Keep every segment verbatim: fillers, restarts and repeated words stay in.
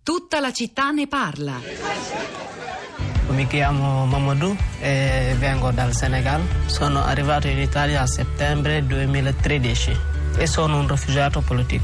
Tutta la città ne parla. Mi chiamo Mamadou e vengo dal Senegal. Sono arrivato in Italia a settembre duemilatredici e sono un rifugiato politico.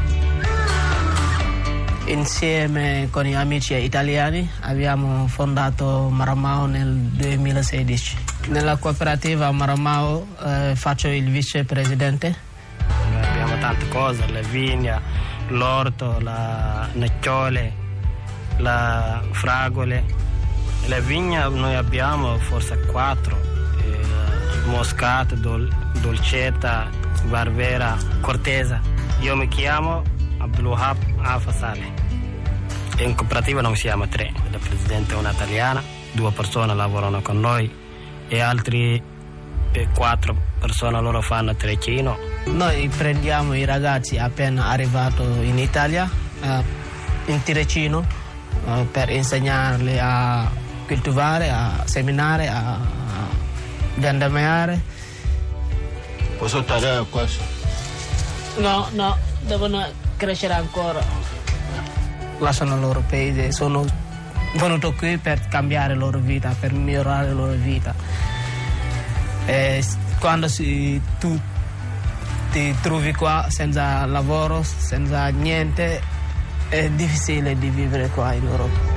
Insieme con gli amici italiani abbiamo fondato Maramao nel duemilasedici. Nella cooperativa Maramao eh, faccio il vicepresidente. Noi abbiamo tante cose, la vigna, l'orto, la nocciole, la fragole. La vigna noi abbiamo forse quattro, eh, Moscato, Dol- Dolcetta, Barbera, Cortesa. Io mi chiamo Abdulwahab Alfa Saleh. In cooperativa non siamo tre, la presidente è un'italiana, due persone lavorano con noi e altri eh, quattro persone loro fanno trecino. Noi prendiamo i ragazzi appena arrivati in Italia eh, in Ticino eh, per insegnarli a coltivare, a seminare, a vendemmiare. Posso tagliare questo? No, no, devono crescere ancora. Lasciano il loro paese, sono venuto qui per cambiare la loro vita, per migliorare la loro vita. E quando si, tu ti trovi qua senza lavoro, senza niente, è difficile di vivere qua in Europa.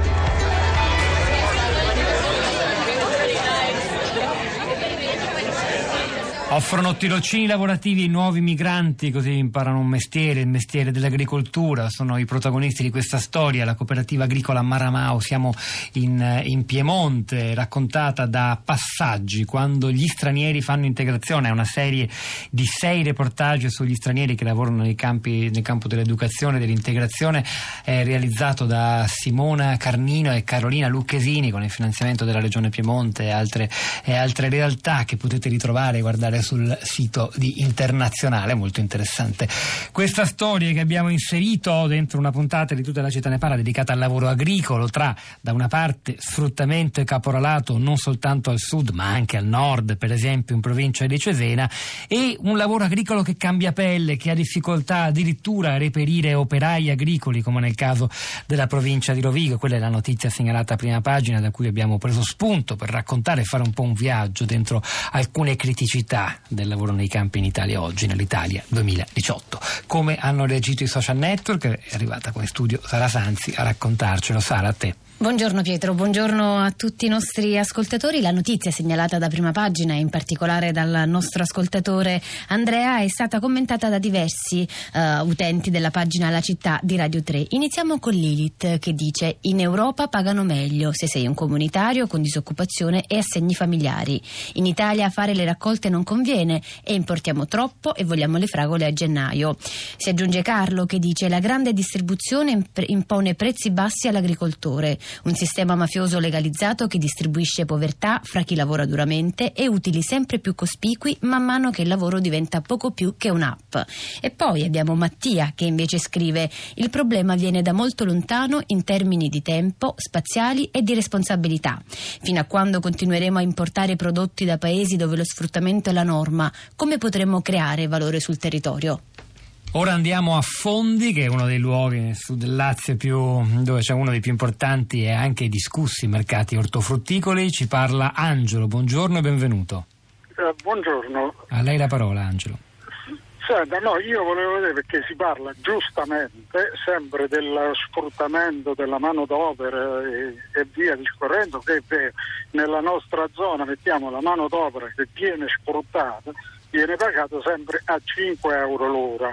Offrono tirocini lavorativi ai nuovi migranti, così imparano un mestiere, il mestiere dell'agricoltura. Sono i protagonisti di questa storia, la cooperativa agricola Maramao. Siamo in, in Piemonte, raccontata da Passaggi, quando gli stranieri fanno integrazione. È una serie di sei reportage sugli stranieri che lavorano nei campi, nel campo dell'educazione e dell'integrazione. È realizzato da Simona Carnino e Carolina Lucchesini con il finanziamento della Regione Piemonte e altre, e altre realtà che potete ritrovare e guardare sul sito di Internazionale. Molto interessante questa storia che abbiamo inserito dentro una puntata di Tutta la città ne parla dedicata al lavoro agricolo, tra da una parte sfruttamento e caporalato non soltanto al sud ma anche al nord, per esempio in provincia di Cesena, e un lavoro agricolo che cambia pelle, che ha difficoltà addirittura a reperire operai agricoli, come nel caso della provincia di Rovigo. Quella è la notizia segnalata a prima pagina, da cui abbiamo preso spunto per raccontare e fare un po' un viaggio dentro alcune criticità del lavoro nei campi in Italia oggi, nell'Italia duemiladiciotto. Come hanno reagito i social network? È arrivata qua in studio Sara Sanzi a raccontarcelo. Sara, a te. Buongiorno Pietro, buongiorno a tutti i nostri ascoltatori. La notizia segnalata da prima pagina, in particolare dal nostro ascoltatore Andrea, è stata commentata da diversi uh, utenti della pagina La Città di Radio tre. Iniziamo con Lilith, che dice: in Europa pagano meglio se sei un comunitario con disoccupazione e assegni familiari. In Italia fare le raccolte non conviene e importiamo troppo e vogliamo le fragole a gennaio. Si aggiunge Carlo, che dice: la grande distribuzione impone prezzi bassi all'agricoltore. Un sistema mafioso legalizzato che distribuisce povertà fra chi lavora duramente e utili sempre più cospicui man mano che il lavoro diventa poco più che un'app. E poi abbiamo Mattia, che invece scrive: il problema viene da molto lontano in termini di tempo, spaziali e di responsabilità. Fino a quando continueremo a importare prodotti da paesi dove lo sfruttamento è la norma, come potremo creare valore sul territorio? Ora andiamo a Fondi, che è uno dei luoghi nel sud del Lazio più, dove c'è uno dei più importanti e anche discussi mercati ortofrutticoli. Ci parla Angelo. Buongiorno e benvenuto. Eh, buongiorno. A lei la parola, Angelo. Senta, no, io volevo vedere, perché si parla giustamente sempre dello sfruttamento della manodopera e, e via discorrendo, che è vero. Nella nostra zona mettiamo la manodopera che viene sfruttata, viene pagata sempre a cinque euro l'ora.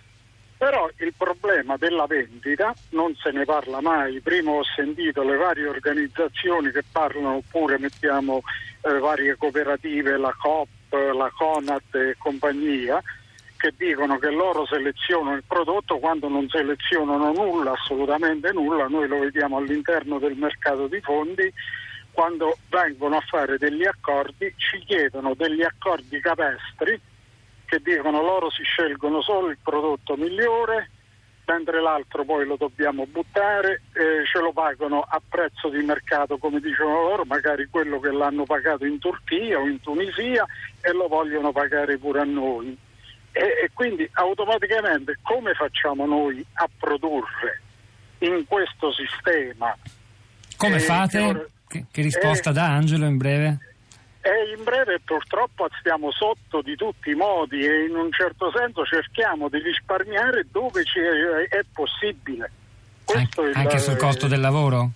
Però il problema della vendita non se ne parla mai. Prima ho sentito le varie organizzazioni che parlano, oppure mettiamo eh, varie cooperative, la Coop, la Conad e compagnia, che dicono che loro selezionano il prodotto quando non selezionano nulla, assolutamente nulla. Noi lo vediamo all'interno del mercato di Fondi, quando vengono a fare degli accordi ci chiedono degli accordi capestri, che dicono loro si scelgono solo il prodotto migliore, mentre l'altro poi lo dobbiamo buttare, eh, ce lo pagano a prezzo di mercato, come dicevano loro, magari quello che l'hanno pagato in Turchia o in Tunisia, e lo vogliono pagare pure a noi. E, e quindi automaticamente come facciamo noi a produrre? in questo sistema. Come eh, fate? Che, che risposta eh, dà Angelo in breve? E in breve purtroppo stiamo sotto di tutti i modi e in un certo senso cerchiamo di risparmiare dove ci è, è possibile. Questo Anche, è il, anche sul costo del lavoro?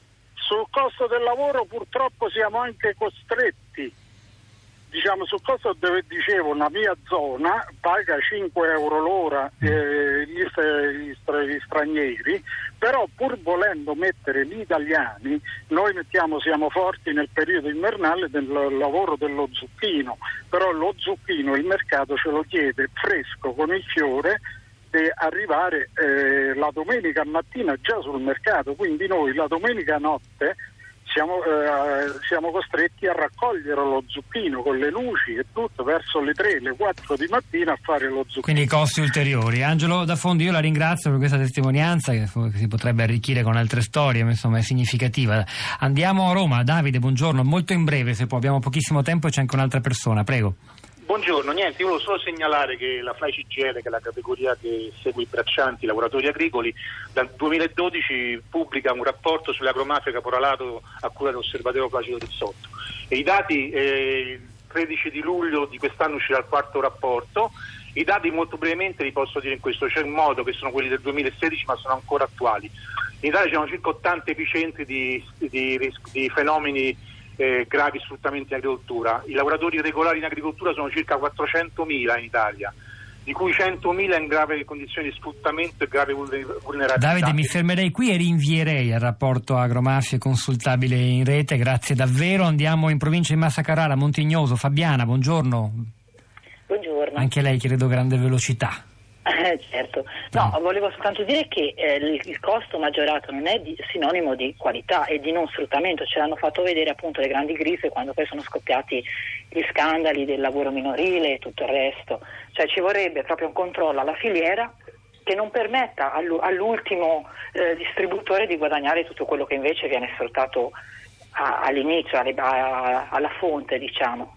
Sul costo del lavoro purtroppo siamo anche costretti. Diciamo, sul costo dove dicevo, la mia zona paga cinque euro l'ora eh, gli, gli, gli stranieri, però pur volendo mettere gli italiani, noi mettiamo, siamo forti nel periodo invernale del lavoro dello zucchino, però lo zucchino il mercato ce lo chiede fresco con il fiore, deve arrivare eh, la domenica mattina già sul mercato, quindi noi la domenica notte Siamo, eh, siamo costretti a raccogliere lo zucchino con le luci e tutto verso le tre, le quattro di mattina a fare lo zucchino. Quindi costi ulteriori. Angelo Da Fondi, io la ringrazio per questa testimonianza che si potrebbe arricchire con altre storie, ma insomma è significativa. Andiamo a Roma. Davide, buongiorno, molto in breve se può, abbiamo pochissimo tempo e c'è anche un'altra persona, prego. Buongiorno, niente, io volevo solo segnalare che la F A I C G L, che è la categoria che segue i braccianti, i lavoratori agricoli, dal duemiladodici pubblica un rapporto sull'agromafia caporalato a cura dell'osservatorio Placido Rizzotto. E i dati, eh, il tredici di luglio di quest'anno uscirà il quarto rapporto. I dati molto brevemente li posso dire in questo c'è un modo, che sono quelli del duemilasedici ma sono ancora attuali. In Italia ci sono circa ottanta epicentri di, di, di fenomeni Eh, gravi sfruttamenti in agricoltura. I lavoratori regolari in agricoltura sono circa quattrocentomila in Italia, di cui centomila in grave condizioni di sfruttamento e grave vulnerabilità. Davide, mi fermerei qui e rinvierei il rapporto agromafie consultabile in rete, grazie davvero. Andiamo in provincia di Massa Carrara, Montignoso. Fabiana, buongiorno. Buongiorno. Anche lei credo grande velocità. Eh, certo, no, volevo soltanto dire che eh, il, il costo maggiorato non è di, sinonimo di qualità e di non sfruttamento, ce l'hanno fatto vedere appunto le grandi crisi quando poi sono scoppiati gli scandali del lavoro minorile e tutto il resto, cioè ci vorrebbe proprio un controllo alla filiera che non permetta all'ultimo eh, distributore di guadagnare tutto quello che invece viene sfruttato a, all'inizio, alle, a, alla fonte, diciamo.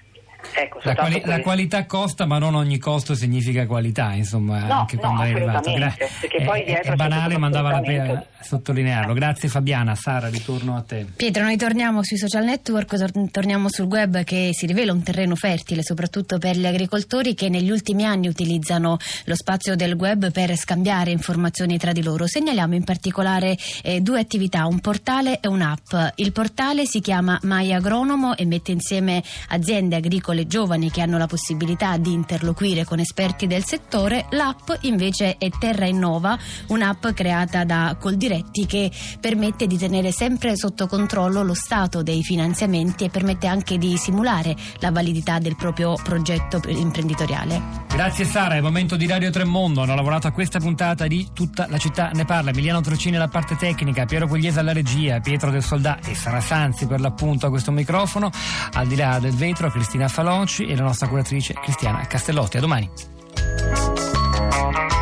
Ecco, la, quali- la qualità costa, ma non ogni costo significa qualità, insomma, no, anche no, quando è arrivato. Gra- perché poi è, è banale, ma andava la pena sottolinearlo. Grazie Fabiana. Sara, ritorno a te. Pietro, noi torniamo sui social network, tor- torniamo sul web che si rivela un terreno fertile soprattutto per gli agricoltori che negli ultimi anni utilizzano lo spazio del web per scambiare informazioni tra di loro. Segnaliamo in particolare eh, due attività, un portale e un'app. Il portale si chiama My Agronomo e mette insieme aziende agricole giovani che hanno la possibilità di interloquire con esperti del settore. L'app invece è Terra Innova, un'app creata da Coldiretti che permette di tenere sempre sotto controllo lo stato dei finanziamenti e permette anche di simulare la validità del proprio progetto imprenditoriale. Grazie Sara, è il momento di Radio Tremondo. Hanno lavorato a questa puntata di Tutta la città ne parla. Emiliano Trocini alla parte tecnica, Piero Pugliese alla regia, Pietro del Soldà e Sara Sanzi per l'appunto a questo microfono. Al di là del vetro Cristina Faloci e la nostra curatrice Cristiana Castellotti. A domani.